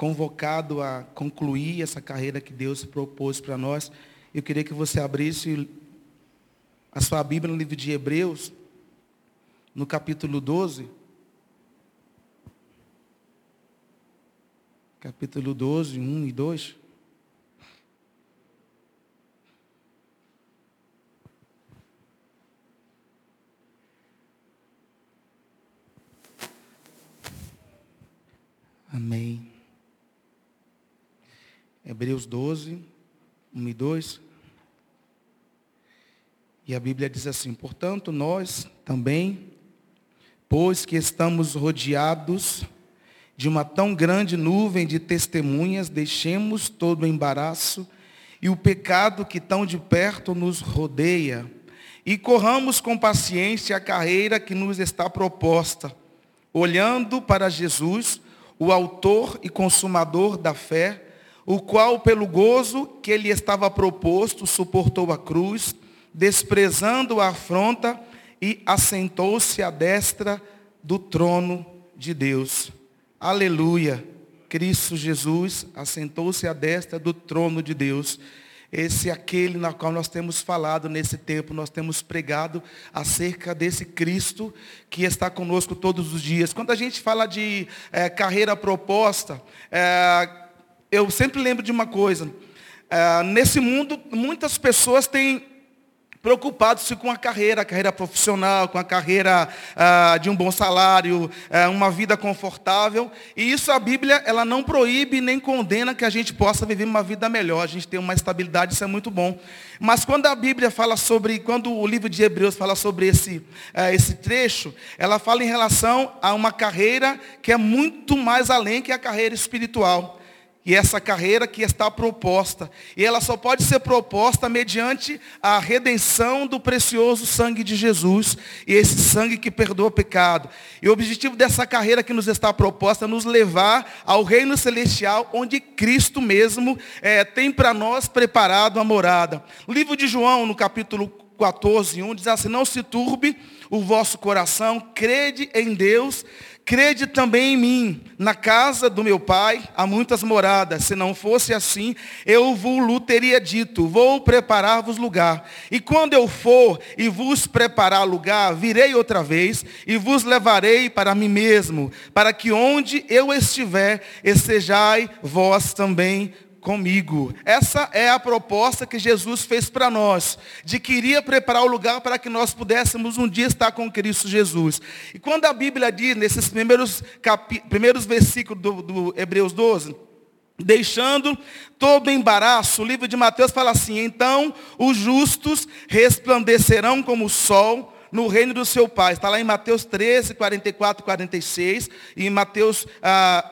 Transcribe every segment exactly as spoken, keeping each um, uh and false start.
convocado a concluir essa carreira que Deus propôs para nós. Eu queria que você abrisse a sua Bíblia no livro de Hebreus, no capítulo doze. Capítulo doze, um e dois. Amém. Hebreus doze, um e dois. E a Bíblia diz assim: portanto, nós também, pois que estamos rodeados de uma tão grande nuvem de testemunhas, deixemos todo o embaraço e o pecado que tão de perto nos rodeia, e corramos com paciência a carreira que nos está proposta, olhando para Jesus, o autor e consumador da fé, o qual, pelo gozo que lhe estava proposto, suportou a cruz, desprezando a afronta, e assentou-se à destra do trono de Deus. Aleluia! Cristo Jesus assentou-se à destra do trono de Deus. Esse é aquele na qual nós temos falado nesse tempo, nós temos pregado acerca desse Cristo que está conosco todos os dias. Quando a gente fala de é, carreira proposta, é, eu sempre lembro de uma coisa. É, nesse mundo, muitas pessoas têm preocupado-se com a carreira, a carreira profissional, com a carreira ah, de um bom salário, ah, uma vida confortável. E isso a Bíblia ela não proíbe nem condena que a gente possa viver uma vida melhor. A gente tem uma estabilidade, isso é muito bom. Mas quando a Bíblia fala sobre, quando o livro de Hebreus fala sobre esse, ah, esse trecho, ela fala em relação a uma carreira que é muito mais além que a carreira espiritual. E essa carreira que está proposta. E ela só pode ser proposta mediante a redenção do precioso sangue de Jesus. E esse sangue que perdoa o pecado. E o objetivo dessa carreira que nos está proposta é nos levar ao reino celestial, onde Cristo mesmo é, tem para nós preparado a morada. O livro de João, no capítulo quatorze, um, diz assim: não se turbe o vosso coração, crede em Deus, crede também em mim. Na casa do meu pai há muitas moradas. Se não fosse assim, eu vos teria dito: vou preparar-vos lugar. E quando eu for e vos preparar lugar, virei outra vez e vos levarei para mim mesmo, para que onde eu estiver, estejai vós também comigo. Essa é a proposta que Jesus fez para nós, de que iria preparar o lugar para que nós pudéssemos um dia estar com Cristo Jesus. E quando a Bíblia diz, nesses primeiros, capi, primeiros versículos do, do Hebreus doze, deixando todo embaraço, o livro de Mateus fala assim: então os justos resplandecerão como o sol no reino do seu Pai. Está lá em Mateus treze, quarenta e quatro, quarenta e seis, e em Mateus... Ah,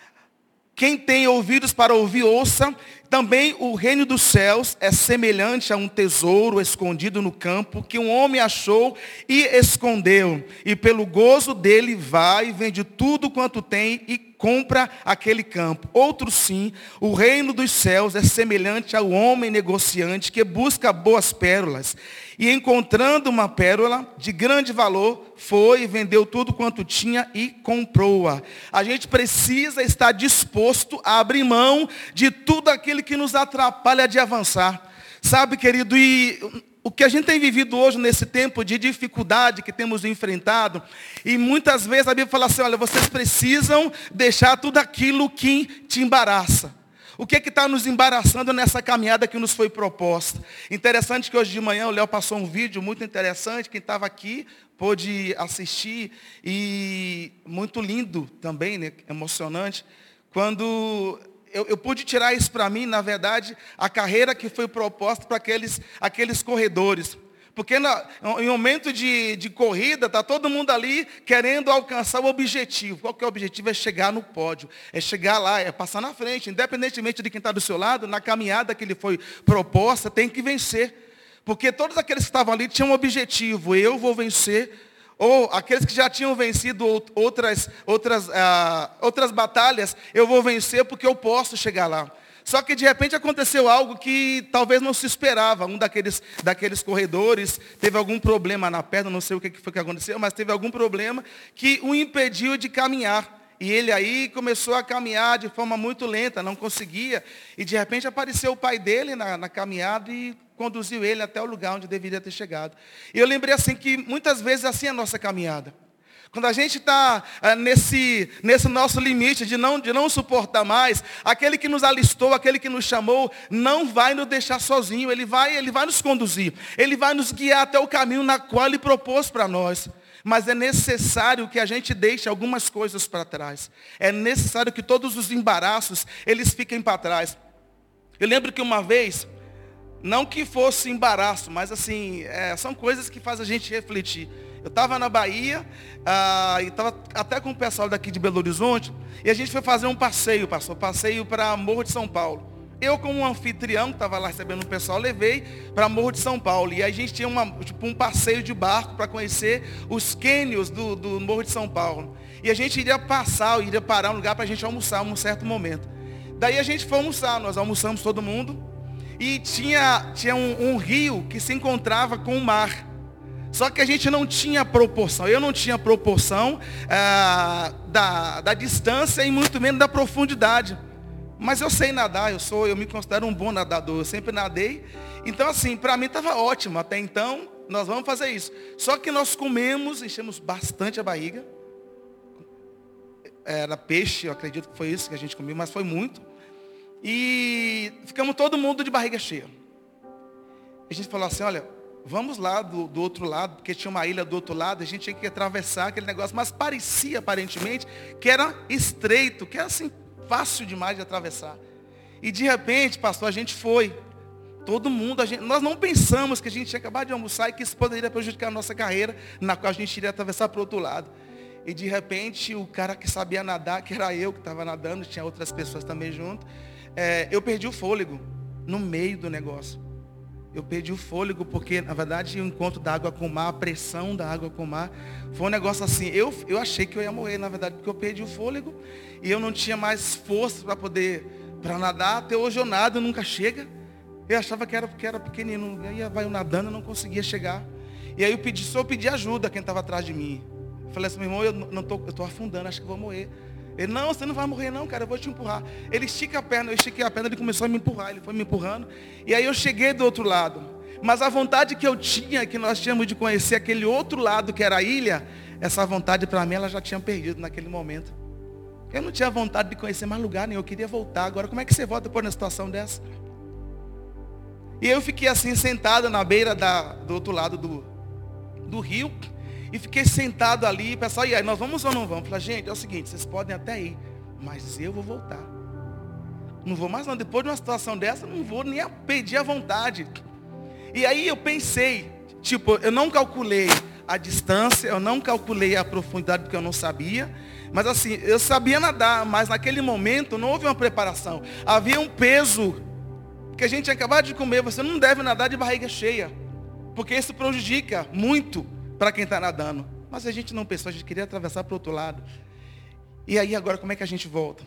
quem tem ouvidos para ouvir, ouça. Também o reino dos céus é semelhante a um tesouro escondido no campo, que um homem achou e escondeu. E pelo gozo dele vai, vende tudo quanto tem e compra aquele campo. Outro sim, o reino dos céus é semelhante ao homem negociante que busca boas pérolas. E encontrando uma pérola de grande valor, foi e vendeu tudo quanto tinha e comprou-a. A gente precisa estar disposto a abrir mão de tudo aquilo que nos atrapalha de avançar. Sabe, querido, e o que a gente tem vivido hoje nesse tempo de dificuldade que temos enfrentado, e muitas vezes a Bíblia fala assim: olha, vocês precisam deixar tudo aquilo que te embaraça. O que é que está nos embaraçando nessa caminhada que nos foi proposta? Interessante que hoje de manhã o Léo passou um vídeo muito interessante. Quem estava aqui pôde assistir. E muito lindo também, né? Emocionante. Quando eu, eu pude tirar isso para mim, na verdade, a carreira que foi proposta para aqueles, aqueles corredores. Porque na, em momento de, de corrida, está todo mundo ali querendo alcançar o objetivo. Qual que é o objetivo? É chegar no pódio. É chegar lá, é passar na frente. Independentemente de quem está do seu lado, na caminhada que lhe foi proposta, tem que vencer. Porque todos aqueles que estavam ali tinham um objetivo: eu vou vencer. Ou aqueles que já tinham vencido outras, outras, ah, outras batalhas, eu vou vencer porque eu posso chegar lá. Só que de repente aconteceu algo que talvez não se esperava. Um daqueles, daqueles corredores teve algum problema na perna, não sei o que foi que aconteceu, mas teve algum problema que o impediu de caminhar. E ele aí começou a caminhar de forma muito lenta, não conseguia. E de repente apareceu o pai dele na, na caminhada e conduziu ele até o lugar onde deveria ter chegado. E eu lembrei assim que muitas vezes assim é a nossa caminhada. Quando a gente está ah, nesse, nesse nosso limite de não, de não suportar mais, aquele que nos alistou, aquele que nos chamou, não vai nos deixar sozinho, ele vai, ele vai nos conduzir, ele vai nos guiar até o caminho na qual ele propôs para nós. Mas é necessário que a gente deixe algumas coisas para trás. É necessário que todos os embaraços, eles fiquem para trás. Eu lembro que uma vez, não que fosse embaraço, mas assim, é, são coisas que fazem a gente refletir. Eu estava na Bahia, ah, e estava até com o pessoal daqui de Belo Horizonte, e a gente foi fazer um passeio, pastor, passeio para Morro de São Paulo. Eu, como um anfitrião, que estava lá recebendo o pessoal, levei para Morro de São Paulo. E a gente tinha uma, tipo, um passeio de barco para conhecer os cânions do, do Morro de São Paulo. E a gente iria passar, iria parar um lugar para a gente almoçar em um certo momento. Daí a gente foi almoçar, nós almoçamos todo mundo. E tinha, tinha um, um rio que se encontrava com o mar. Só que a gente não tinha proporção, eu não tinha proporção ah, da, da distância e muito menos da profundidade. Mas eu sei nadar, eu sou, eu me considero um bom nadador, eu sempre nadei. Então assim, para mim estava ótimo, até então nós vamos fazer isso. Só que nós comemos, enchemos bastante a barriga. Era peixe, eu acredito que foi isso que a gente comeu, mas foi muito. E ficamos todo mundo de barriga cheia. A gente falou assim, olha, vamos lá do, do outro lado, porque tinha uma ilha do outro lado, a gente tinha que atravessar aquele negócio, mas parecia aparentemente que era estreito, que era assim, fácil demais de atravessar. E de repente, pastor, a gente foi. Todo mundo, a gente, nós não pensamos que a gente tinha acabado de almoçar e que isso poderia prejudicar a nossa carreira, na qual a gente iria atravessar para o outro lado. E de repente, o cara que sabia nadar, que era eu que estava nadando, tinha outras pessoas também junto, é, eu perdi o fôlego no meio do negócio. Eu perdi o fôlego porque, na verdade, o encontro da água com o mar, a pressão da água com o mar, foi um negócio assim, eu, eu achei que eu ia morrer, na verdade, porque eu perdi o fôlego e eu não tinha mais força para poder, para nadar, até hoje eu nado, nunca chega. Eu achava que era porque era pequenino, e aí vai eu nadando, eu não conseguia chegar. E aí eu pedi, só eu pedi ajuda a quem estava atrás de mim. Eu falei assim, meu irmão, eu não tô, eu estou afundando, acho que eu vou morrer. Ele, não, você não vai morrer não, cara, eu vou te empurrar. Ele estica a perna, eu estiquei a perna, ele começou a me empurrar, ele foi me empurrando. E aí eu cheguei do outro lado. Mas a vontade que eu tinha, que nós tínhamos de conhecer aquele outro lado que era a ilha, essa vontade para mim, ela já tinha perdido naquele momento. Eu não tinha vontade de conhecer mais lugar nenhum, eu queria voltar. Agora, como é que você volta depois numa situação dessa? E eu fiquei assim, sentado na beira da, do outro lado do, do rio. E fiquei sentado ali, pessoal, e aí, nós vamos ou não vamos? Falei, gente, é o seguinte, vocês podem até ir, mas eu vou voltar. Não vou mais não, depois de uma situação dessa, não vou nem pedir a vontade. E aí eu pensei, tipo, eu não calculei a distância, eu não calculei a profundidade, porque eu não sabia. Mas assim, eu sabia nadar, mas naquele momento não houve uma preparação. Havia um peso, que a gente tinha acabado de comer, você não deve nadar de barriga cheia, porque isso prejudica muito para quem está nadando. Mas a gente não pensou, a gente queria atravessar para o outro lado. E aí agora como é que a gente volta?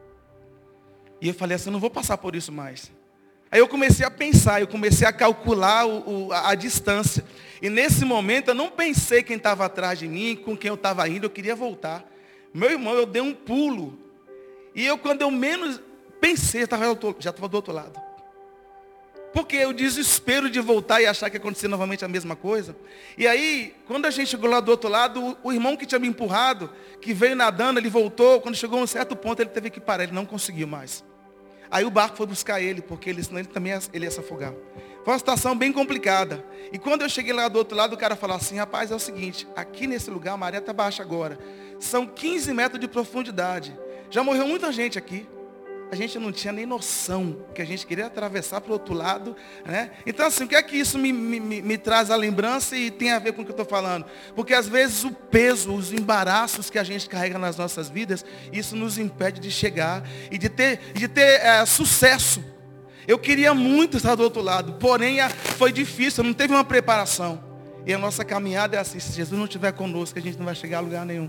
E eu falei assim, eu não vou passar por isso mais. Aí eu comecei a pensar, eu comecei a calcular o, o, a, a distância. E nesse momento eu não pensei quem estava atrás de mim, com quem eu estava indo, eu queria voltar. Meu irmão, eu dei um pulo. E eu, quando eu menos pensei, eu tava, já estava do outro lado. Porque o desespero de voltar e achar que ia acontecer novamente a mesma coisa. E aí, quando a gente chegou lá do outro lado, o, o irmão que tinha me empurrado, que veio nadando, ele voltou. Quando chegou a um certo ponto, ele teve que parar, ele não conseguiu mais. Aí o barco foi buscar ele, porque ele, senão ele também ia, ele ia se afogar. Foi uma situação bem complicada. E quando eu cheguei lá do outro lado, o cara falou assim, rapaz, é o seguinte, aqui nesse lugar a maré está baixa agora. São quinze metros de profundidade. Já morreu muita gente aqui. A gente não tinha nem noção que a gente queria atravessar para o outro lado, né? Então assim, o que é que isso me, me, me traz a lembrança e tem a ver com o que eu estou falando? Porque às vezes o peso, os embaraços que a gente carrega nas nossas vidas, isso nos impede de chegar e de ter, de ter é, sucesso. Eu queria muito estar do outro lado, porém foi difícil, não teve uma preparação. E a nossa caminhada é assim, se Jesus não estiver conosco, a gente não vai chegar a lugar nenhum.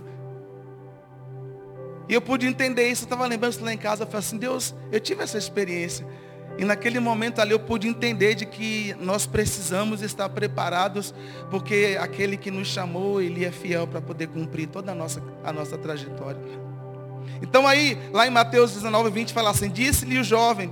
E eu pude entender isso, eu estava lembrando isso lá em casa, eu falei assim, Deus, eu tive essa experiência. E naquele momento ali eu pude entender de que nós precisamos estar preparados, porque aquele que nos chamou, ele é fiel para poder cumprir toda a nossa, a nossa trajetória. Então aí, lá em Mateus dezenove, vinte, fala assim: disse-lhe o jovem,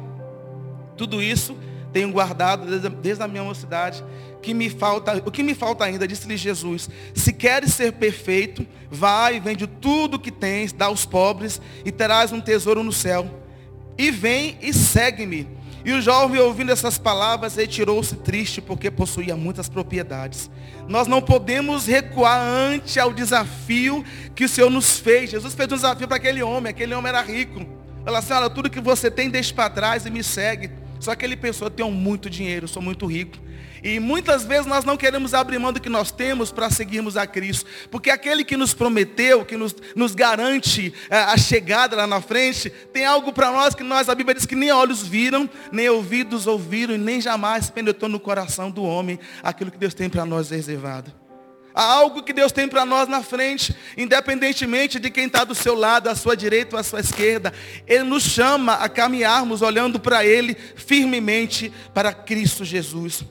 tudo isso tenho guardado desde, desde a minha mocidade, que me falta, o que me falta ainda, disse-lhe Jesus, se queres ser perfeito, vai, vende tudo que tens, dá aos pobres, e terás um tesouro no céu, e vem e segue-me. E o jovem, ouvindo essas palavras, retirou-se triste, porque possuía muitas propriedades. Nós não podemos recuar ante ao desafio que o Senhor nos fez. Jesus fez um desafio para aquele homem, aquele homem era rico. Fala assim: olha, tudo que você tem deixa para trás e me segue. Só que ele pensou: eu tenho muito dinheiro, sou muito rico. E muitas vezes nós não queremos abrir mão do que nós temos para seguirmos a Cristo. Porque aquele que nos prometeu, que nos, nos garante é, a chegada lá na frente, tem algo para nós que nós, a Bíblia diz que nem olhos viram, nem ouvidos ouviram, e nem jamais penetrou no coração do homem aquilo que Deus tem para nós reservado. Há algo que Deus tem para nós na frente, independentemente de quem está do seu lado, à sua direita ou à sua esquerda. Ele nos chama a caminharmos olhando para Ele firmemente, para Cristo Jesus.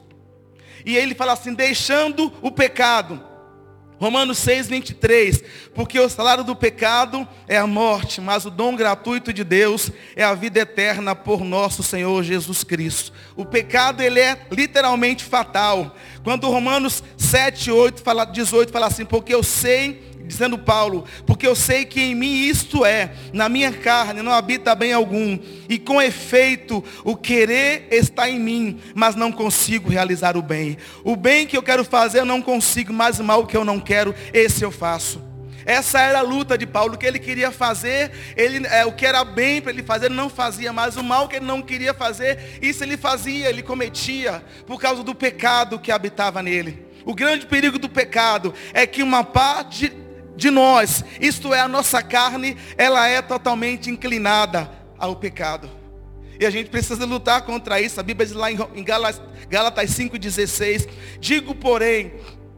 E ele fala assim: deixando o pecado. Romanos seis, vinte e três. Porque o salário do pecado é a morte, mas o dom gratuito de Deus é a vida eterna por nosso Senhor Jesus Cristo. O pecado, ele é literalmente fatal. Quando Romanos sete, oito, fala, dezoito fala assim: porque eu sei, dizendo Paulo, porque eu sei que em mim isto é, na minha carne não habita bem algum, e com efeito o querer está em mim, mas não consigo realizar o bem. O bem que eu quero fazer eu não consigo, mas o mal que eu não quero, esse eu faço. Essa era a luta de Paulo. O que ele queria fazer, ele, é, o que era bem para ele fazer, ele não fazia, mas o mal que ele não queria fazer, isso ele fazia, ele cometia, por causa do pecado que habitava nele. O grande perigo do pecado é que uma parte de nós, isto é, a nossa carne, ela é totalmente inclinada ao pecado. E a gente precisa lutar contra isso. A Bíblia diz lá em Gálatas cinco, dezesseis, digo, porém,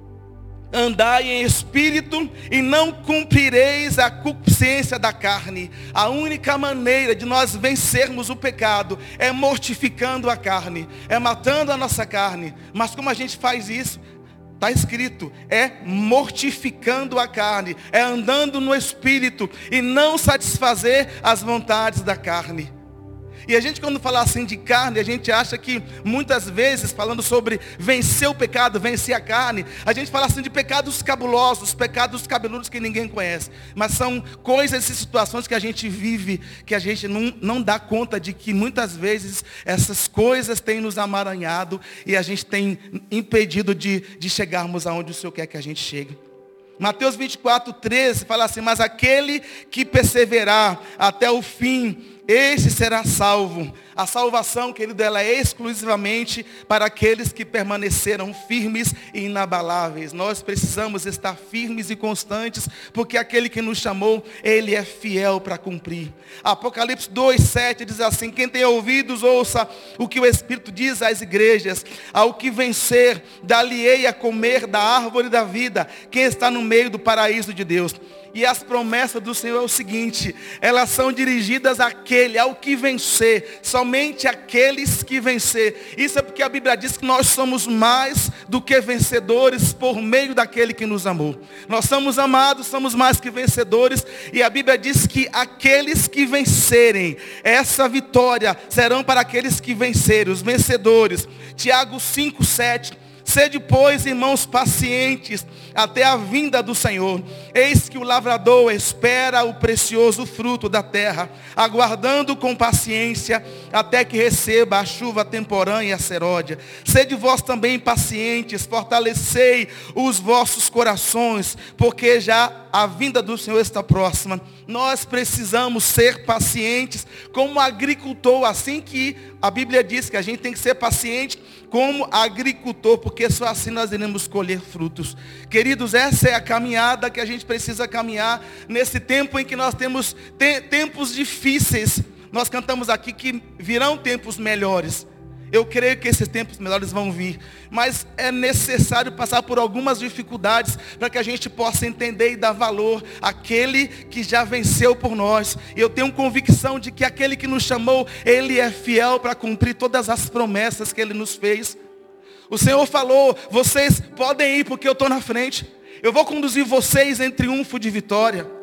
andai em espírito e não cumprireis a concupiscência da carne. A única maneira de nós vencermos o pecado é mortificando a carne, é matando a nossa carne. Mas como a gente faz isso? Está escrito, é mortificando a carne, é andando no espírito e não satisfazer as vontades da carne. E a gente, quando fala assim de carne, a gente acha que muitas vezes, falando sobre vencer o pecado, vencer a carne, a gente fala assim de pecados cabulosos, pecados cabeludos que ninguém conhece. Mas são coisas e situações que a gente vive, que a gente não, não dá conta de que muitas vezes essas coisas têm nos amaranhado e a gente tem impedido de, de chegarmos aonde o Senhor quer que a gente chegue. Mateus vinte e quatro, treze fala assim: mas aquele que perseverar até o fim, esse será salvo. A salvação, querido, ela é exclusivamente para aqueles que permaneceram firmes e inabaláveis. Nós precisamos estar firmes e constantes, porque aquele que nos chamou, ele é fiel para cumprir. Apocalipse dois, sete diz assim: quem tem ouvidos, ouça o que o Espírito diz às igrejas. Ao que vencer, dar-lhe-ei a comer da árvore da vida, quem está no meio do paraíso de Deus. E as promessas do Senhor é o seguinte: elas são dirigidas àquele, ao que vencer, somente aqueles que vencer. Isso é porque a Bíblia diz que nós somos mais do que vencedores por meio daquele que nos amou. Nós somos amados, somos mais que vencedores, e a Bíblia diz que aqueles que vencerem, essa vitória serão para aqueles que vencerem, os vencedores. Tiago cinco, sete. Sede, pois, irmãos, pacientes até a vinda do Senhor. Eis que o lavrador espera o precioso fruto da terra, aguardando com paciência até que receba a chuva temporânea e a seródia. Sede vós também pacientes, fortalecei os vossos corações, porque já a vinda do Senhor está próxima. Nós precisamos ser pacientes como agricultor, assim que a Bíblia diz que a gente tem que ser paciente como agricultor, porque só assim nós iremos colher frutos. Queridos, essa é a caminhada que a gente precisa caminhar nesse tempo em que nós temos te- tempos difíceis. Nós cantamos aqui que virão tempos melhores. Eu creio que esses tempos melhores vão vir, mas é necessário passar por algumas dificuldades para que a gente possa entender e dar valor àquele que já venceu por nós. E eu tenho convicção de que aquele que nos chamou, ele é fiel para cumprir todas as promessas que ele nos fez. O Senhor falou: vocês podem ir porque eu estou na frente. Eu vou conduzir vocês em triunfo de vitória.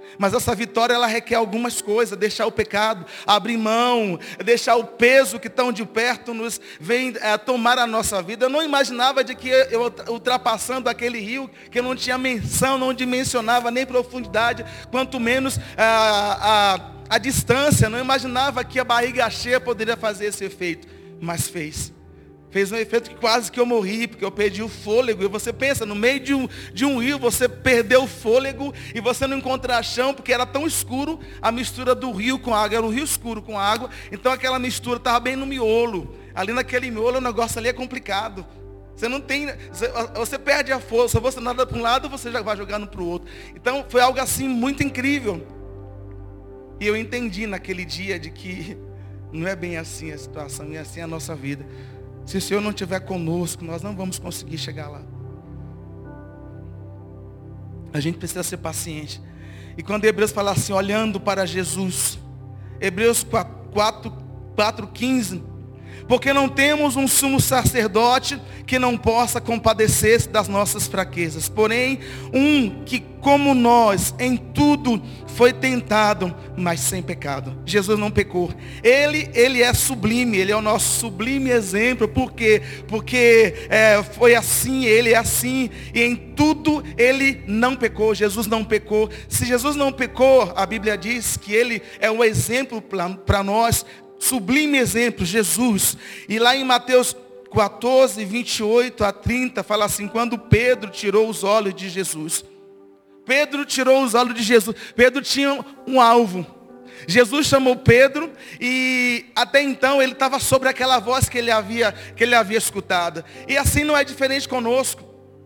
Mas essa vitória, ela requer algumas coisas. Deixar o pecado, abrir mão, deixar o peso que tão de perto nos vem é, tomar a nossa vida. Eu não imaginava de que eu ultrapassando aquele rio, que eu não tinha menção, não dimensionava nem profundidade, quanto menos a, a, a distância. Não imaginava que a barriga cheia poderia fazer esse efeito. Mas fez. Fez um efeito que quase que eu morri, porque eu perdi o fôlego. E você pensa, no meio de um, de um rio, você perdeu o fôlego e você não encontra chão, porque era tão escuro a mistura do rio com a água. Era um rio escuro com água, então aquela mistura estava bem no miolo. Ali naquele miolo, o negócio ali é complicado. Você não tem, você, você perde a força, você nada para um lado, você já vai jogando para o outro. Então foi algo assim muito incrível. E eu entendi naquele dia de que não é bem assim a situação, e assim a nossa vida. Se o Senhor não estiver conosco, nós não vamos conseguir chegar lá. A gente precisa ser paciente. E quando Hebreus fala assim, olhando para Jesus, Hebreus quatro, quinze, porque não temos um sumo sacerdote que não possa compadecer-se das nossas fraquezas, porém um que como nós em tudo foi tentado, mas sem pecado. Jesus não pecou. Ele, ele é sublime, ele é o nosso sublime exemplo. Por quê? Porque é, foi assim, ele é assim, e em tudo ele não pecou. Jesus não pecou. Se Jesus não pecou, a Bíblia diz que ele é um exemplo para nós. Sublime exemplo, Jesus. E lá em Mateus quatorze, vinte e oito a trinta, fala assim, quando Pedro tirou os olhos de Jesus. Pedro tirou os olhos de Jesus. Pedro tinha um alvo. Jesus chamou Pedro e até então ele estava sobre aquela voz que ele havia, que ele havia escutado. E assim não é diferente conosco.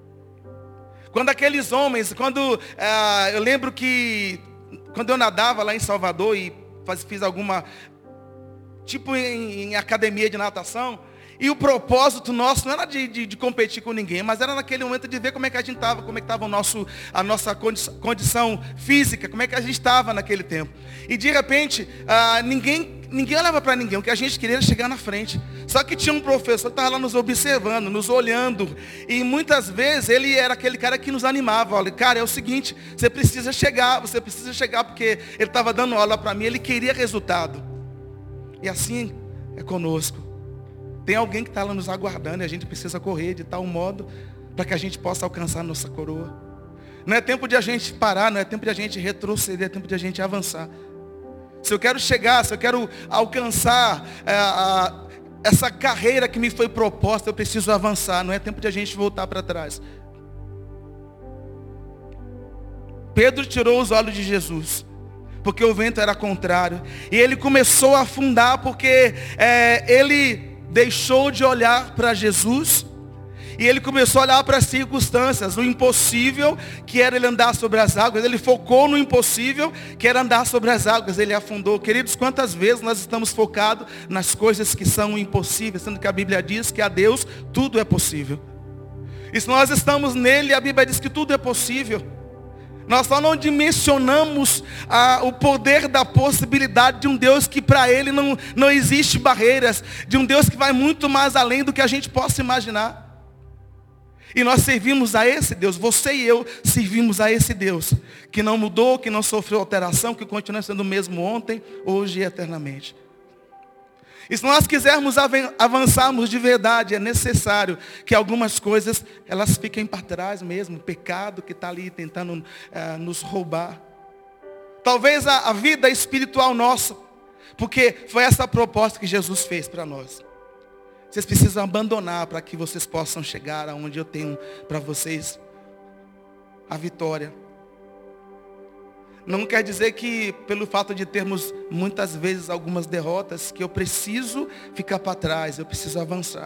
Quando aqueles homens, quando ah, eu lembro que quando eu nadava lá em Salvador e faz, fiz alguma... tipo em, em academia de natação, e o propósito nosso não era de, de, de competir com ninguém, mas era naquele momento de ver como é que a gente estava, como é que estava o nosso, a nossa condição, condição física, como é que a gente estava naquele tempo. E de repente, ah, ninguém, ninguém olhava para ninguém, o que a gente queria era chegar na frente. Só que tinha um professor que estava lá nos observando, nos olhando, e muitas vezes ele era aquele cara que nos animava. Olha, cara, é o seguinte, você precisa chegar, você precisa chegar, porque ele estava dando aula para mim, ele queria resultado. E assim é conosco. Tem alguém que está lá nos aguardando e a gente precisa correr de tal modo para que a gente possa alcançar a nossa coroa. Não é tempo de a gente parar, não é tempo de a gente retroceder, é tempo de a gente avançar. Se eu quero chegar, se eu quero alcançar é, a, essa carreira que me foi proposta, eu preciso avançar, não é tempo de a gente voltar para trás. Pedro tirou os olhos de Jesus, porque o vento era contrário. E ele começou a afundar, porque é, ele deixou de olhar para Jesus. E ele começou a olhar para as circunstâncias. O impossível, que era ele andar sobre as águas. Ele focou no impossível, que era andar sobre as águas. Ele afundou. Queridos, quantas vezes nós estamos focados nas coisas que são impossíveis, sendo que a Bíblia diz que a Deus tudo é possível. E se nós estamos nele, a Bíblia diz que tudo é possível. Nós só não dimensionamos ah, o poder da possibilidade de um Deus que para ele não, não existe barreiras. De um Deus que vai muito mais além do que a gente possa imaginar. E nós servimos a esse Deus, você e eu servimos a esse Deus. Que não mudou, que não sofreu alteração, que continua sendo o mesmo ontem, hoje e eternamente. E se nós quisermos avançarmos de verdade, é necessário que algumas coisas, elas fiquem para trás mesmo. O pecado que está ali tentando uh, nos roubar. Talvez a, a vida espiritual nossa. Porque foi essa a proposta que Jesus fez para nós. Vocês precisam abandonar para que vocês possam chegar aonde eu tenho para vocês a vitória. Não quer dizer que pelo fato de termos muitas vezes algumas derrotas, que eu preciso ficar para trás, eu preciso avançar.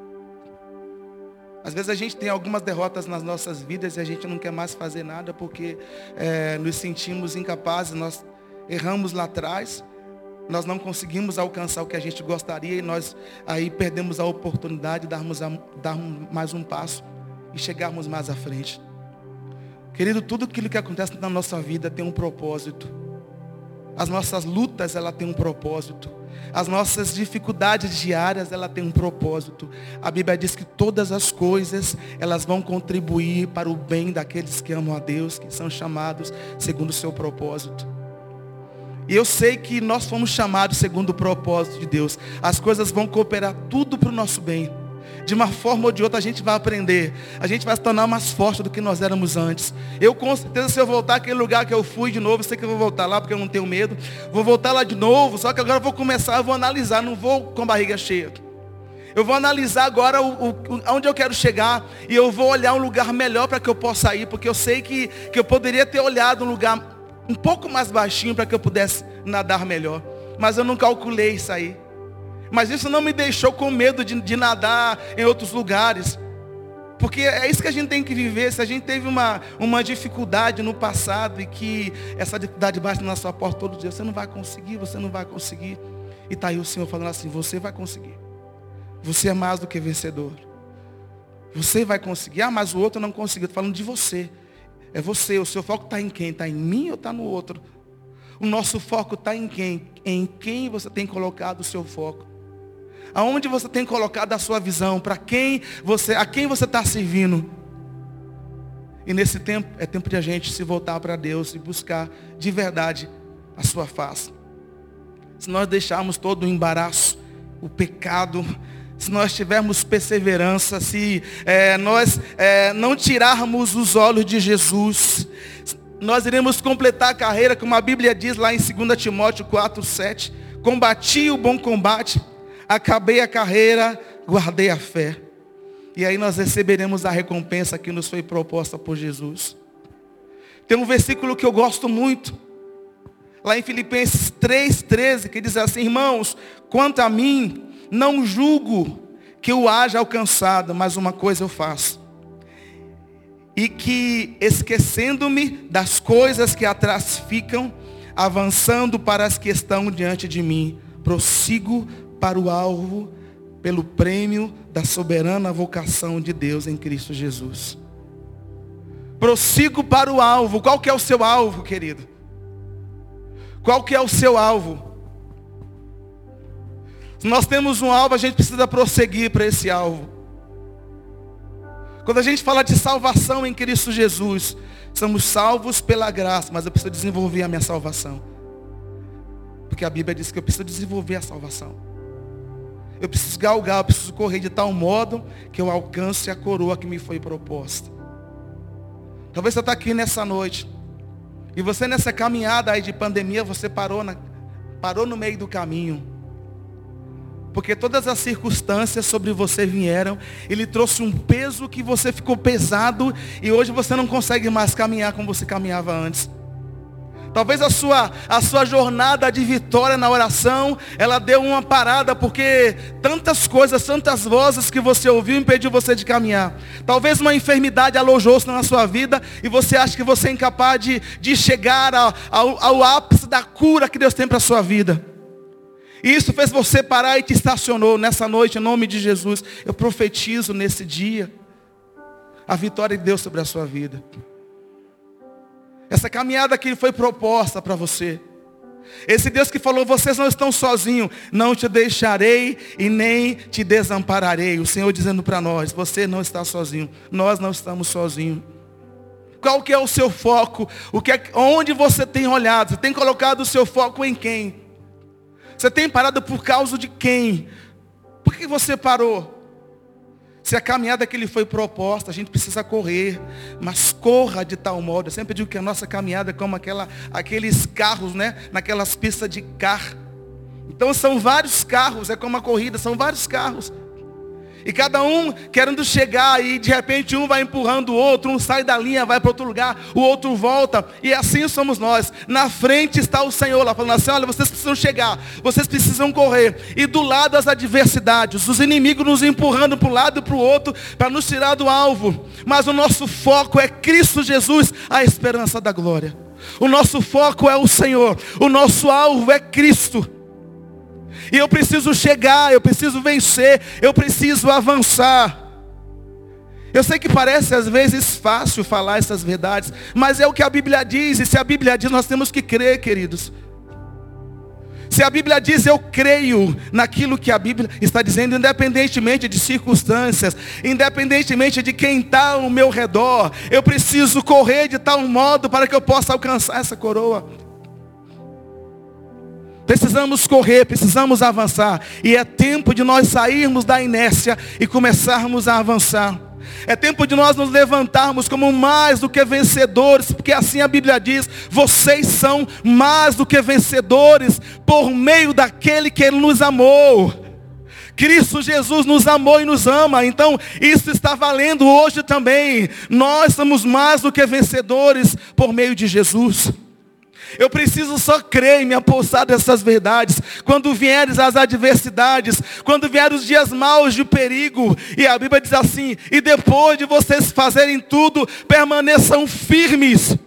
Às vezes a gente tem algumas derrotas nas nossas vidas e a gente não quer mais fazer nada porque é, nos sentimos incapazes, nós erramos lá atrás, nós não conseguimos alcançar o que a gente gostaria e nós aí perdemos a oportunidade de darmos, a, darmos mais um passo e chegarmos mais à frente. Querido, tudo aquilo que acontece na nossa vida tem um propósito. As nossas lutas, ela tem um propósito. As nossas dificuldades diárias, ela tem um propósito. A Bíblia diz que todas as coisas, elas vão contribuir para o bem daqueles que amam a Deus, que são chamados segundo o seu propósito. E eu sei que nós fomos chamados segundo o propósito de Deus. As coisas vão cooperar tudo para o nosso bem. De uma forma ou de outra a gente vai aprender. A gente vai se tornar mais forte do que nós éramos antes. Eu com certeza, se eu voltar àquele lugar que eu fui de novo, eu sei que eu vou voltar lá porque eu não tenho medo. Vou voltar lá de novo, só que agora eu vou começar, eu vou analisar, não vou com a barriga cheia. Eu vou analisar agora o, o, onde eu quero chegar. E eu vou olhar um lugar melhor para que eu possa ir. Porque eu sei que, que eu poderia ter olhado um lugar um pouco mais baixinho para que eu pudesse nadar melhor. Mas eu não calculei isso aí. Mas isso não me deixou com medo de, de nadar em outros lugares. Porque é isso que a gente tem que viver. Se a gente teve uma, uma dificuldade no passado e que essa dificuldade bate na sua porta todo dia, você não vai conseguir, você não vai conseguir. E está aí o Senhor falando assim, você vai conseguir. Você é mais do que vencedor. Você vai conseguir. Ah, mas o outro não conseguiu. Estou falando de você. É você. O seu foco está em quem? Está em mim ou está no outro? O nosso foco está em quem? Em quem você tem colocado o seu foco? Aonde você tem colocado a sua visão? Para quem você, a quem você está servindo? E nesse tempo, é tempo de a gente se voltar para Deus e buscar de verdade a sua face. Se nós deixarmos todo o embaraço, o pecado, se nós tivermos perseverança, se é, nós é, não tirarmos os olhos de Jesus, nós iremos completar a carreira, como a Bíblia diz lá em dois Timóteo quatro, sete. Combati o bom combate, acabei a carreira, guardei a fé. E aí nós receberemos a recompensa que nos foi proposta por Jesus. Tem um versículo que eu gosto muito, lá em Filipenses três, treze, que diz assim: irmãos, quanto a mim, não julgo que eu haja alcançado, mas uma coisa eu faço. E que, esquecendo-me das coisas que atrás ficam, avançando para as que estão diante de mim, prossigo para o alvo, pelo prêmio da soberana vocação de Deus em Cristo Jesus. Prossigo para o alvo. Qual que é o seu alvo, querido? Qual que é o seu alvo? Se nós temos um alvo, a gente precisa prosseguir para esse alvo. Quando a gente fala de salvação em Cristo Jesus, somos salvos pela graça, mas eu preciso desenvolver a minha salvação. Porque a Bíblia diz que eu preciso desenvolver a salvação. Eu preciso galgar, eu preciso correr de tal modo que eu alcance a coroa que me foi proposta. Talvez você está aqui nessa noite, e você nessa caminhada aí de pandemia, você parou, na, parou no meio do caminho. Porque todas as circunstâncias sobre você vieram. Ele trouxe um peso que você ficou pesado. E hoje você não consegue mais caminhar como você caminhava antes. Talvez a sua, a sua jornada de vitória na oração, ela deu uma parada. Porque tantas coisas, tantas vozes que você ouviu impediu você de caminhar. Talvez uma enfermidade alojou-se na sua vida. E você acha que você é incapaz de, de chegar ao, ao, ao ápice da cura que Deus tem para a sua vida. E isso fez você parar e te estacionou nessa noite, em nome de Jesus. Eu profetizo nesse dia a vitória de Deus sobre a sua vida. Essa caminhada que foi proposta para você. Esse Deus que falou, vocês não estão sozinhos. Não te deixarei e nem te desampararei. O Senhor dizendo para nós, você não está sozinho. Nós não estamos sozinhos. Qual que é o seu foco? O que é, onde você tem olhado? Você tem colocado o seu foco em quem? Você tem parado por causa de quem? Por que você parou? Se a caminhada que lhe foi proposta, a gente precisa correr. Mas corra de tal modo. Eu sempre digo que a nossa caminhada é como aquela, aqueles carros, né? Naquelas pistas de carro. Então são vários carros, é como uma corrida, são vários carros. E cada um querendo chegar e de repente um vai empurrando o outro, um sai da linha, vai para outro lugar, o outro volta. E assim somos nós. Na frente está o Senhor lá falando assim, olha, vocês precisam chegar, vocês precisam correr. E do lado as adversidades, os inimigos nos empurrando para um lado e para o outro, para nos tirar do alvo. Mas o nosso foco é Cristo Jesus, a esperança da glória. O nosso foco é o Senhor, o nosso alvo é Cristo. E eu preciso chegar, eu preciso vencer, eu preciso avançar. Eu sei que parece às vezes fácil falar essas verdades, mas é o que a Bíblia diz, e se a Bíblia diz, nós temos que crer, queridos. Se a Bíblia diz, eu creio naquilo que a Bíblia está dizendo, independentemente de circunstâncias, independentemente de quem está ao meu redor, eu preciso correr de tal modo para que eu possa alcançar essa coroa. Precisamos correr, precisamos avançar. E é tempo de nós sairmos da inércia e começarmos a avançar. É tempo de nós nos levantarmos como mais do que vencedores, porque assim a Bíblia diz, vocês são mais do que vencedores por meio daquele que nos amou. Cristo Jesus nos amou e nos ama, então isso está valendo hoje também. Nós somos mais do que vencedores por meio de Jesus. Eu preciso só crer e me apossar dessas verdades. Quando vieres as adversidades, quando vierem os dias maus de perigo, e a Bíblia diz assim, e depois de vocês fazerem tudo, permaneçam firmes.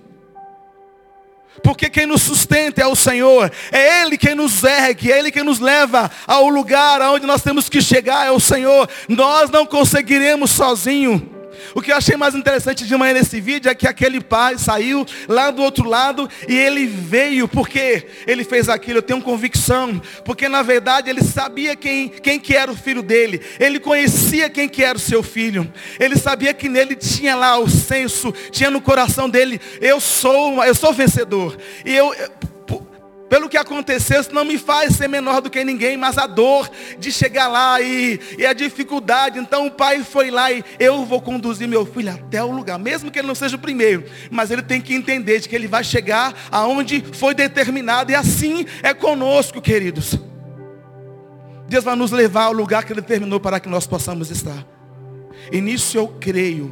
Porque quem nos sustenta é o Senhor, é Ele quem nos ergue, é Ele quem nos leva ao lugar aonde nós temos que chegar, é o Senhor. Nós não conseguiremos sozinhos. O que eu achei mais interessante de manhã nesse vídeo é que aquele pai saiu lá do outro lado e ele veio, porque ele fez aquilo, eu tenho convicção, porque na verdade ele sabia quem, quem que era o filho dele, ele conhecia quem que era o seu filho, ele sabia que nele tinha lá o senso, tinha no coração dele, eu sou, eu sou vencedor, e eu... Pelo que aconteceu, isso não me faz ser menor do que ninguém, mas a dor de chegar lá e, e a dificuldade. Então o pai foi lá e eu vou conduzir meu filho até o lugar, mesmo que ele não seja o primeiro, mas ele tem que entender de que ele vai chegar aonde foi determinado, e assim é conosco, queridos. Deus vai nos levar ao lugar que ele determinou para que nós possamos estar. E nisso eu creio,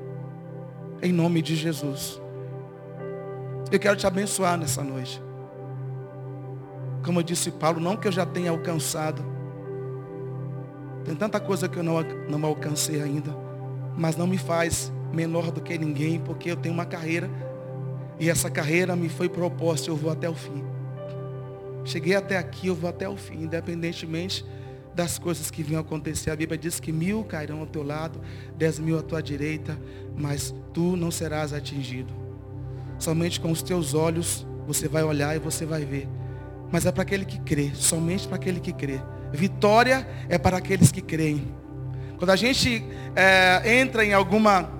em nome de Jesus. Eu quero te abençoar nessa noite. Como eu disse Paulo, não que eu já tenha alcançado. Tem tanta coisa que eu não, não alcancei ainda. Mas não me faz menor do que ninguém, porque eu tenho uma carreira. E essa carreira me foi proposta, eu vou até o fim. Cheguei até aqui, eu vou até o fim, independentemente das coisas que vinham acontecer. A Bíblia diz que mil cairão ao teu lado, dez mil à tua direita, mas tu não serás atingido. Somente com os teus olhos você vai olhar e você vai ver. Mas é para aquele que crê, somente para aquele que crê. Vitória é para aqueles que creem. Quando a gente é, entra em alguma,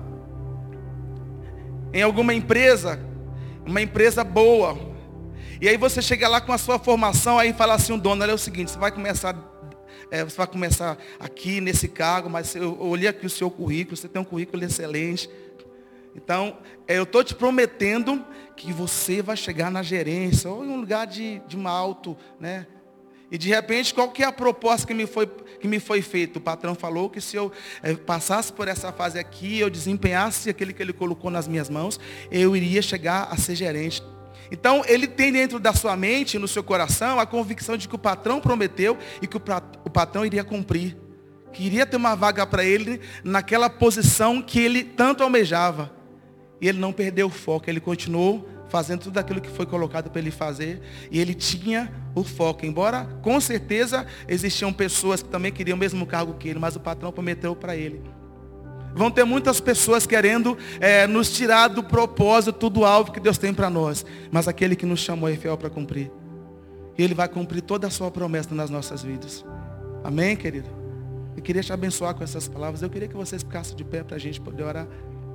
em alguma empresa, uma empresa boa, e aí você chega lá com a sua formação, aí fala assim, o dono, olha, é o seguinte, você vai começar, é, você vai começar aqui nesse cargo, mas eu olhei aqui o seu currículo, você tem um currículo excelente. Então, eu estou te prometendo que você vai chegar na gerência, ou em um lugar de, de alto, né? E de repente, qual que é a proposta que me foi, que me foi feita? O patrão falou que se eu é, passasse por essa fase aqui, eu desempenhasse aquele que ele colocou nas minhas mãos, eu iria chegar a ser gerente. Então, ele tem dentro da sua mente, no seu coração, a convicção de que o patrão prometeu e que o, pra, o patrão iria cumprir. Que iria ter uma vaga para ele naquela posição que ele tanto almejava. E ele não perdeu o foco, ele continuou fazendo tudo aquilo que foi colocado para ele fazer. E ele tinha o foco, embora com certeza existiam pessoas que também queriam o mesmo cargo que ele, mas o patrão prometeu para ele. Vão ter muitas pessoas querendo é, nos tirar do propósito, do alvo que Deus tem para nós. Mas aquele que nos chamou é fiel para cumprir. E ele vai cumprir toda a sua promessa nas nossas vidas. Amém, querido? Eu queria te abençoar com essas palavras. Eu queria que vocês ficassem de pé para a gente poder orar.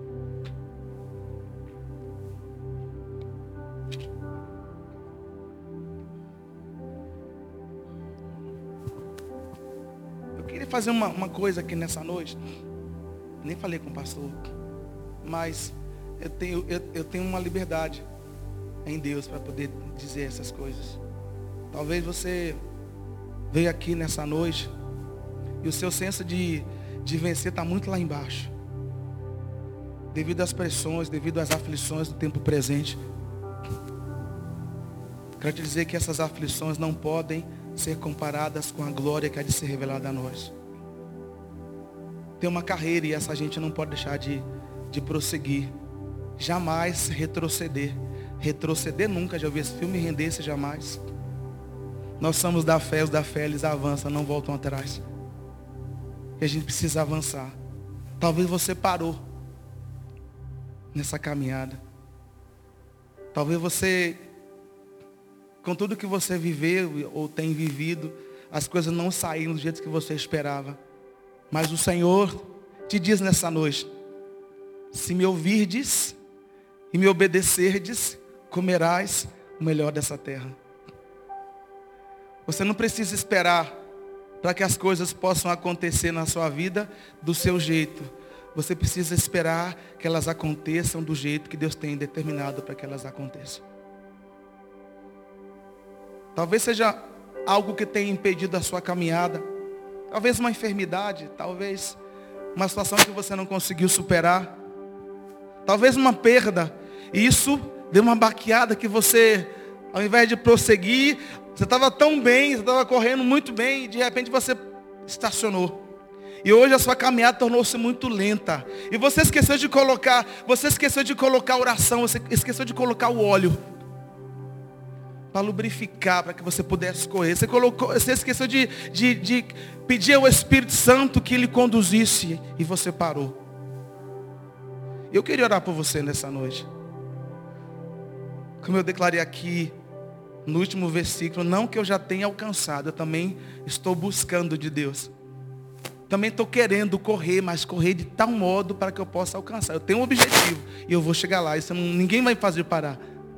Fazer uma, uma coisa aqui nessa noite. Nem falei com o pastor, mas eu tenho, eu, eu tenho uma liberdade em Deus para poder dizer essas coisas. Talvez você veio aqui nessa noite e o seu senso de, de vencer está muito lá embaixo, devido às pressões, devido às aflições do tempo presente. Quero te dizer que essas aflições não podem ser comparadas com a glória que há de ser revelada a nós. Tem uma carreira e essa gente não pode deixar de, de prosseguir. Jamais retroceder. Retroceder nunca, já ouvi esse filme, render-se jamais. Nós somos da fé, os da fé eles avançam, não voltam atrás. E a gente precisa avançar. Talvez você parou nessa caminhada. Talvez você com tudo que você viveu ou tem vivido, as coisas não saíram do jeito que você esperava. Mas o Senhor te diz nessa noite: se me ouvirdes e me obedecerdes, comerás o melhor dessa terra. Você não precisa esperar para que as coisas possam acontecer na sua vida do seu jeito. Você precisa esperar que elas aconteçam do jeito que Deus tem determinado para que elas aconteçam. Talvez seja algo que tenha impedido a sua caminhada. Talvez uma enfermidade, talvez uma situação que você não conseguiu superar. Talvez uma perda. E isso deu uma baqueada que você, ao invés de prosseguir, você estava tão bem, você estava correndo muito bem, e de repente você estacionou. E hoje a sua caminhada tornou-se muito lenta. E você esqueceu de colocar, você esqueceu de colocar a oração, você esqueceu de colocar o óleo para lubrificar, para que você pudesse correr. Você, colocou, você esqueceu de, de, de pedir ao Espírito Santo que lhe conduzisse e você parou. Eu queria orar por você nessa noite. Como eu declarei aqui no último versículo, não que eu já tenha alcançado, eu também estou buscando de Deus. Também estou querendo correr, mas correr de tal modo para que eu possa alcançar. Eu tenho um objetivo e eu vou chegar lá. Isso não, ninguém vai fazer parar.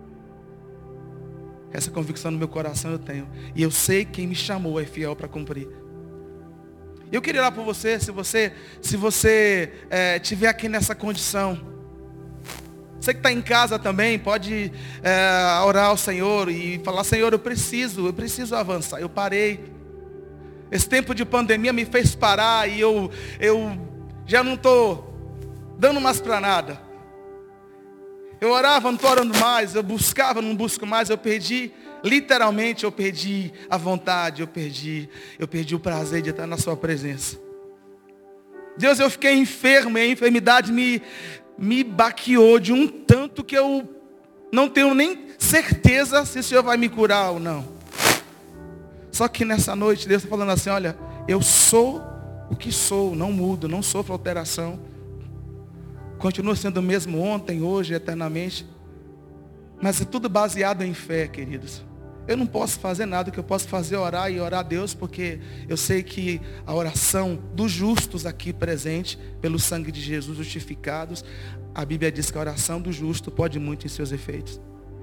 Essa convicção no meu coração eu tenho. E eu sei quem me chamou é fiel para cumprir. Eu queria orar por você, se você se você é, estiver aqui nessa condição. Você que está em casa também, pode é, orar ao Senhor e falar: Senhor, eu preciso, eu preciso avançar. Eu parei. Esse tempo de pandemia me fez parar e eu, eu já não estou dando mais para nada. Eu orava, não estou orando mais. Eu buscava, não busco mais. Eu perdi, literalmente eu perdi a vontade. Eu perdi, eu perdi o prazer de estar na sua presença. Deus, eu fiquei enfermo e a enfermidade me, me baqueou de um tanto que eu não tenho nem certeza se o Senhor vai me curar ou não. Só que nessa noite Deus está falando assim: olha, eu sou o que sou, não mudo, não sofro alteração. Continuo sendo o mesmo ontem, hoje, eternamente. Mas é tudo baseado em fé, queridos. Eu não posso fazer nada, o que eu posso fazer é orar e orar a Deus, porque eu sei que a oração dos justos aqui presente, pelo sangue de Jesus justificados, a Bíblia diz que a oração do justo pode muito em seus efeitos.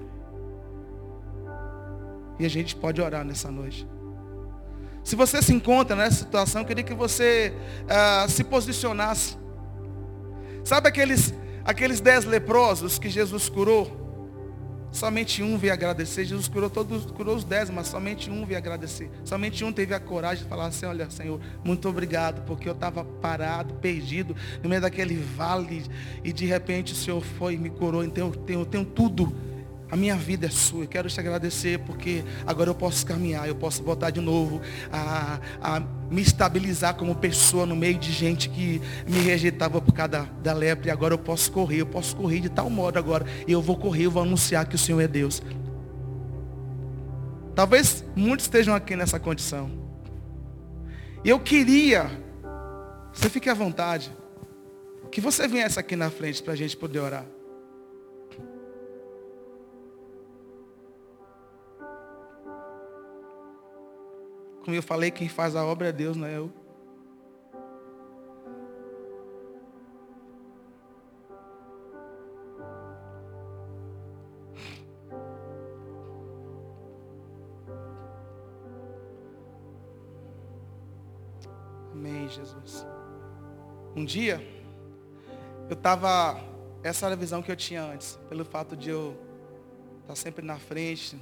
E a gente pode orar nessa noite. Se você se encontra nessa situação, eu queria que você uh, se posicionasse. Sabe aqueles, aqueles dez leprosos que Jesus curou? Somente um veio agradecer. Jesus curou todos, curou os dez, mas somente um veio agradecer. Somente um teve a coragem de falar assim: olha, Senhor, muito obrigado, porque eu estava parado, perdido, no meio daquele vale, e de repente o Senhor foi e me curou. Então eu tenho, eu tenho tudo. A minha vida é sua, eu quero te agradecer, porque agora eu posso caminhar, eu posso voltar de novo a, a me estabilizar como pessoa no meio de gente que me rejeitava por causa da, da lepra, e agora eu posso correr, eu posso correr de tal modo agora, e eu vou correr, eu vou anunciar que o Senhor é Deus. Talvez muitos estejam aqui nessa condição. E eu queria, você fique à vontade, que você viesse aqui na frente para a gente poder orar. Como eu falei, quem faz a obra é Deus, não é eu. Amém, Jesus. Um dia, eu estava, essa era a visão que eu tinha antes, pelo fato de eu estar sempre na frente.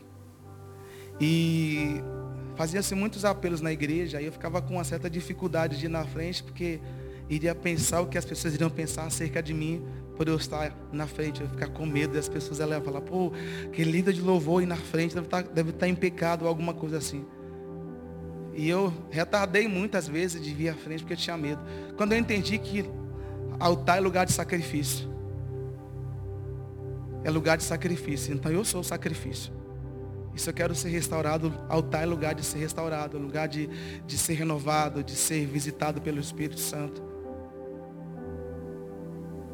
E fazia-se muitos apelos na igreja, aí eu ficava com uma certa dificuldade de ir na frente, porque iria pensar o que as pessoas iriam pensar acerca de mim, por eu estar na frente, eu ficar com medo das pessoas, ela ia falar: pô, que líder de louvor ir na frente, deve estar, deve estar em pecado ou alguma coisa assim. E eu retardei muitas vezes de vir à frente, porque eu tinha medo. Quando eu entendi que altar é lugar de sacrifício, é lugar de sacrifício, então eu sou o sacrifício. Isso eu quero ser restaurado, altar é lugar de ser restaurado, lugar de, de ser renovado, de ser visitado pelo Espírito Santo.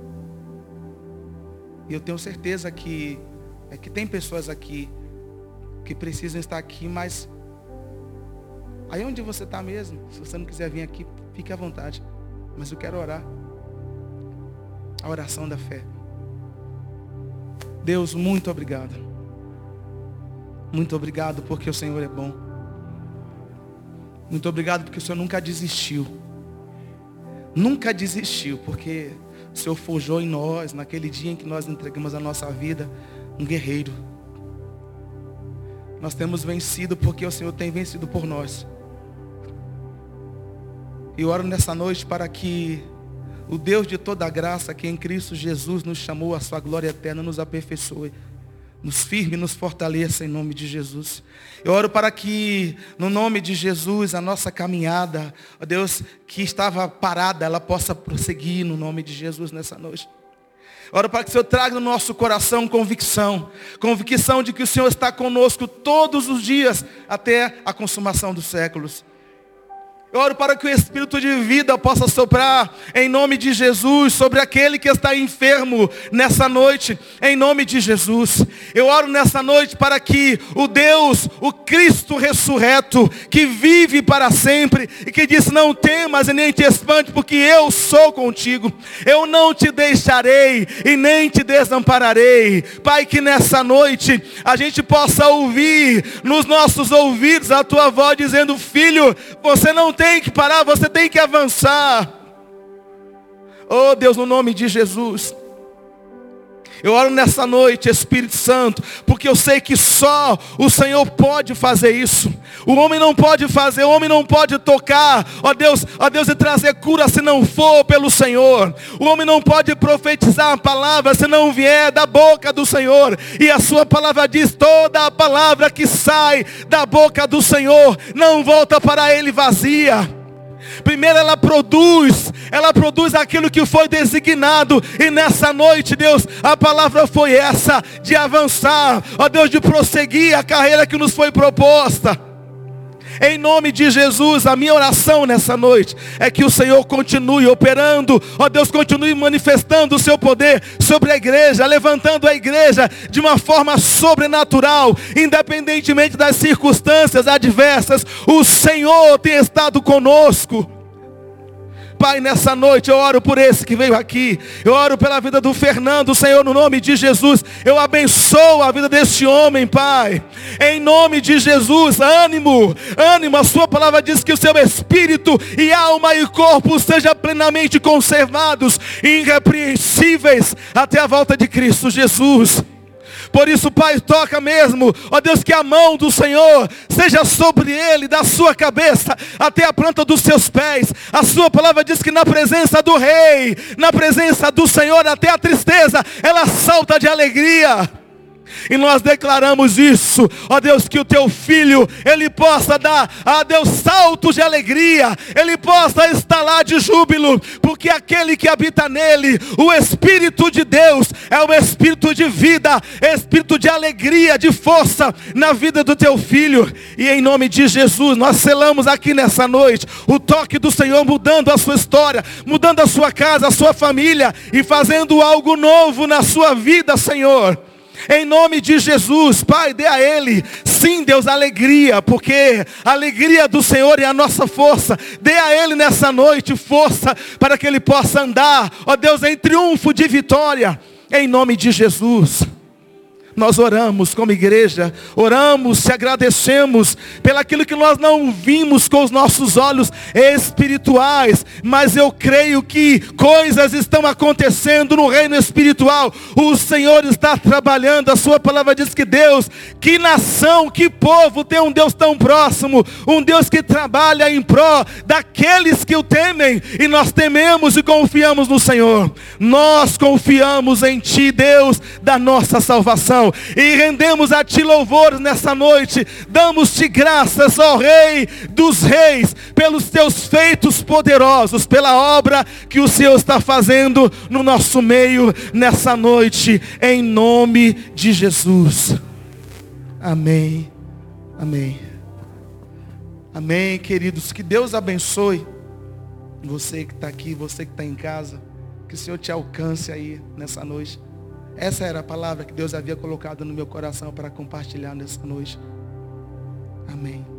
E eu tenho certeza que, é que tem pessoas aqui que precisam estar aqui, mas aí onde você está mesmo, se você não quiser vir aqui, fique à vontade. Mas eu quero orar. A oração da fé. Deus, muito obrigado. Muito obrigado porque o Senhor é bom. Muito obrigado porque o Senhor nunca desistiu. Nunca desistiu, porque o Senhor forjou em nós, naquele dia em que nós entregamos a nossa vida, um guerreiro. Nós temos vencido porque o Senhor tem vencido por nós. E oro nessa noite para que o Deus de toda a graça, que em Cristo Jesus nos chamou à sua glória eterna, nos aperfeiçoe, nos firme, nos fortaleça em nome de Jesus. Eu oro para que, no nome de Jesus, a nossa caminhada, ó Deus, que estava parada, ela possa prosseguir no nome de Jesus nessa noite. Oro para que o Senhor traga no nosso coração convicção, convicção de que o Senhor está conosco todos os dias, até a consumação dos séculos. Eu oro para que o Espírito de vida possa soprar em nome de Jesus sobre aquele que está enfermo nessa noite, em nome de Jesus. Eu oro nessa noite para que o Deus, o Cristo ressurreto, que vive para sempre e que diz: não temas e nem te espante, porque eu sou contigo. Eu não te deixarei e nem te desampararei. Pai, que nessa noite a gente possa ouvir nos nossos ouvidos a tua voz dizendo: filho, você não tem que parar, você tem que avançar. Oh Deus, no nome de Jesus. Eu oro nessa noite, Espírito Santo, porque eu sei que só o Senhor pode fazer isso. O homem não pode fazer, o homem não pode tocar, ó Deus, ó Deus, e trazer cura se não for pelo Senhor. O homem não pode profetizar a palavra se não vier da boca do Senhor. E a sua palavra diz: toda a palavra que sai da boca do Senhor não volta para ele vazia. Primeiro ela produz, ela produz aquilo que foi designado. E nessa noite, Deus, a palavra foi essa, de avançar, ó Deus, de prosseguir a carreira que nos foi proposta. Em nome de Jesus, a minha oração nessa noite é que o Senhor continue operando, ó Deus, continue manifestando o seu poder sobre a igreja, levantando a igreja de uma forma sobrenatural, independentemente das circunstâncias adversas. O Senhor tem estado conosco. Pai, nessa noite eu oro por esse que veio aqui. Eu oro pela vida do Fernando, Senhor, no nome de Jesus. Eu abençoo a vida deste homem, Pai. Em nome de Jesus, ânimo, ânimo. A sua palavra diz que o seu espírito e alma e corpo sejam plenamente conservados, irrepreensíveis, até a volta de Cristo Jesus. Por isso, Pai, toca mesmo, ó Deus, que a mão do Senhor seja sobre ele, da sua cabeça até a planta dos seus pés. A sua palavra diz que na presença do Rei, na presença do Senhor, até a tristeza, ela salta de alegria. E nós declaramos isso, ó Deus, que o teu filho, ele possa dar, ó Deus, saltos de alegria, ele possa estalar de júbilo, porque aquele que habita nele, o Espírito de Deus, é o Espírito de vida, Espírito de alegria, de força na vida do teu filho. E em nome de Jesus, nós selamos aqui nessa noite o toque do Senhor, mudando a sua história, mudando a sua casa, a sua família, e fazendo algo novo na sua vida, Senhor. Em nome de Jesus, Pai, dê a ele, sim Deus, alegria, porque a alegria do Senhor é a nossa força. Dê a ele nessa noite força, para que ele possa andar, ó Deus, em triunfo de vitória, em nome de Jesus. Nós oramos como igreja, oramos, te agradecemos pelo aquilo que nós não vimos com os nossos olhos espirituais, mas eu creio que coisas estão acontecendo no reino espiritual. O Senhor está trabalhando, a sua palavra diz que Deus, que nação, que povo tem um Deus tão próximo, um Deus que trabalha em pró daqueles que o temem, e nós tememos e confiamos no Senhor. Nós confiamos em Ti, Deus da nossa salvação. E rendemos a Ti louvores nessa noite. Damos-Te graças, ó Rei dos Reis, pelos Teus feitos poderosos, pela obra que o Senhor está fazendo no nosso meio nessa noite, em nome de Jesus. Amém. Amém. Amém, queridos. Que Deus abençoe você que está aqui, você que está em casa. Que o Senhor te alcance aí nessa noite. Essa era a palavra que Deus havia colocado no meu coração para compartilhar nessa noite. Amém.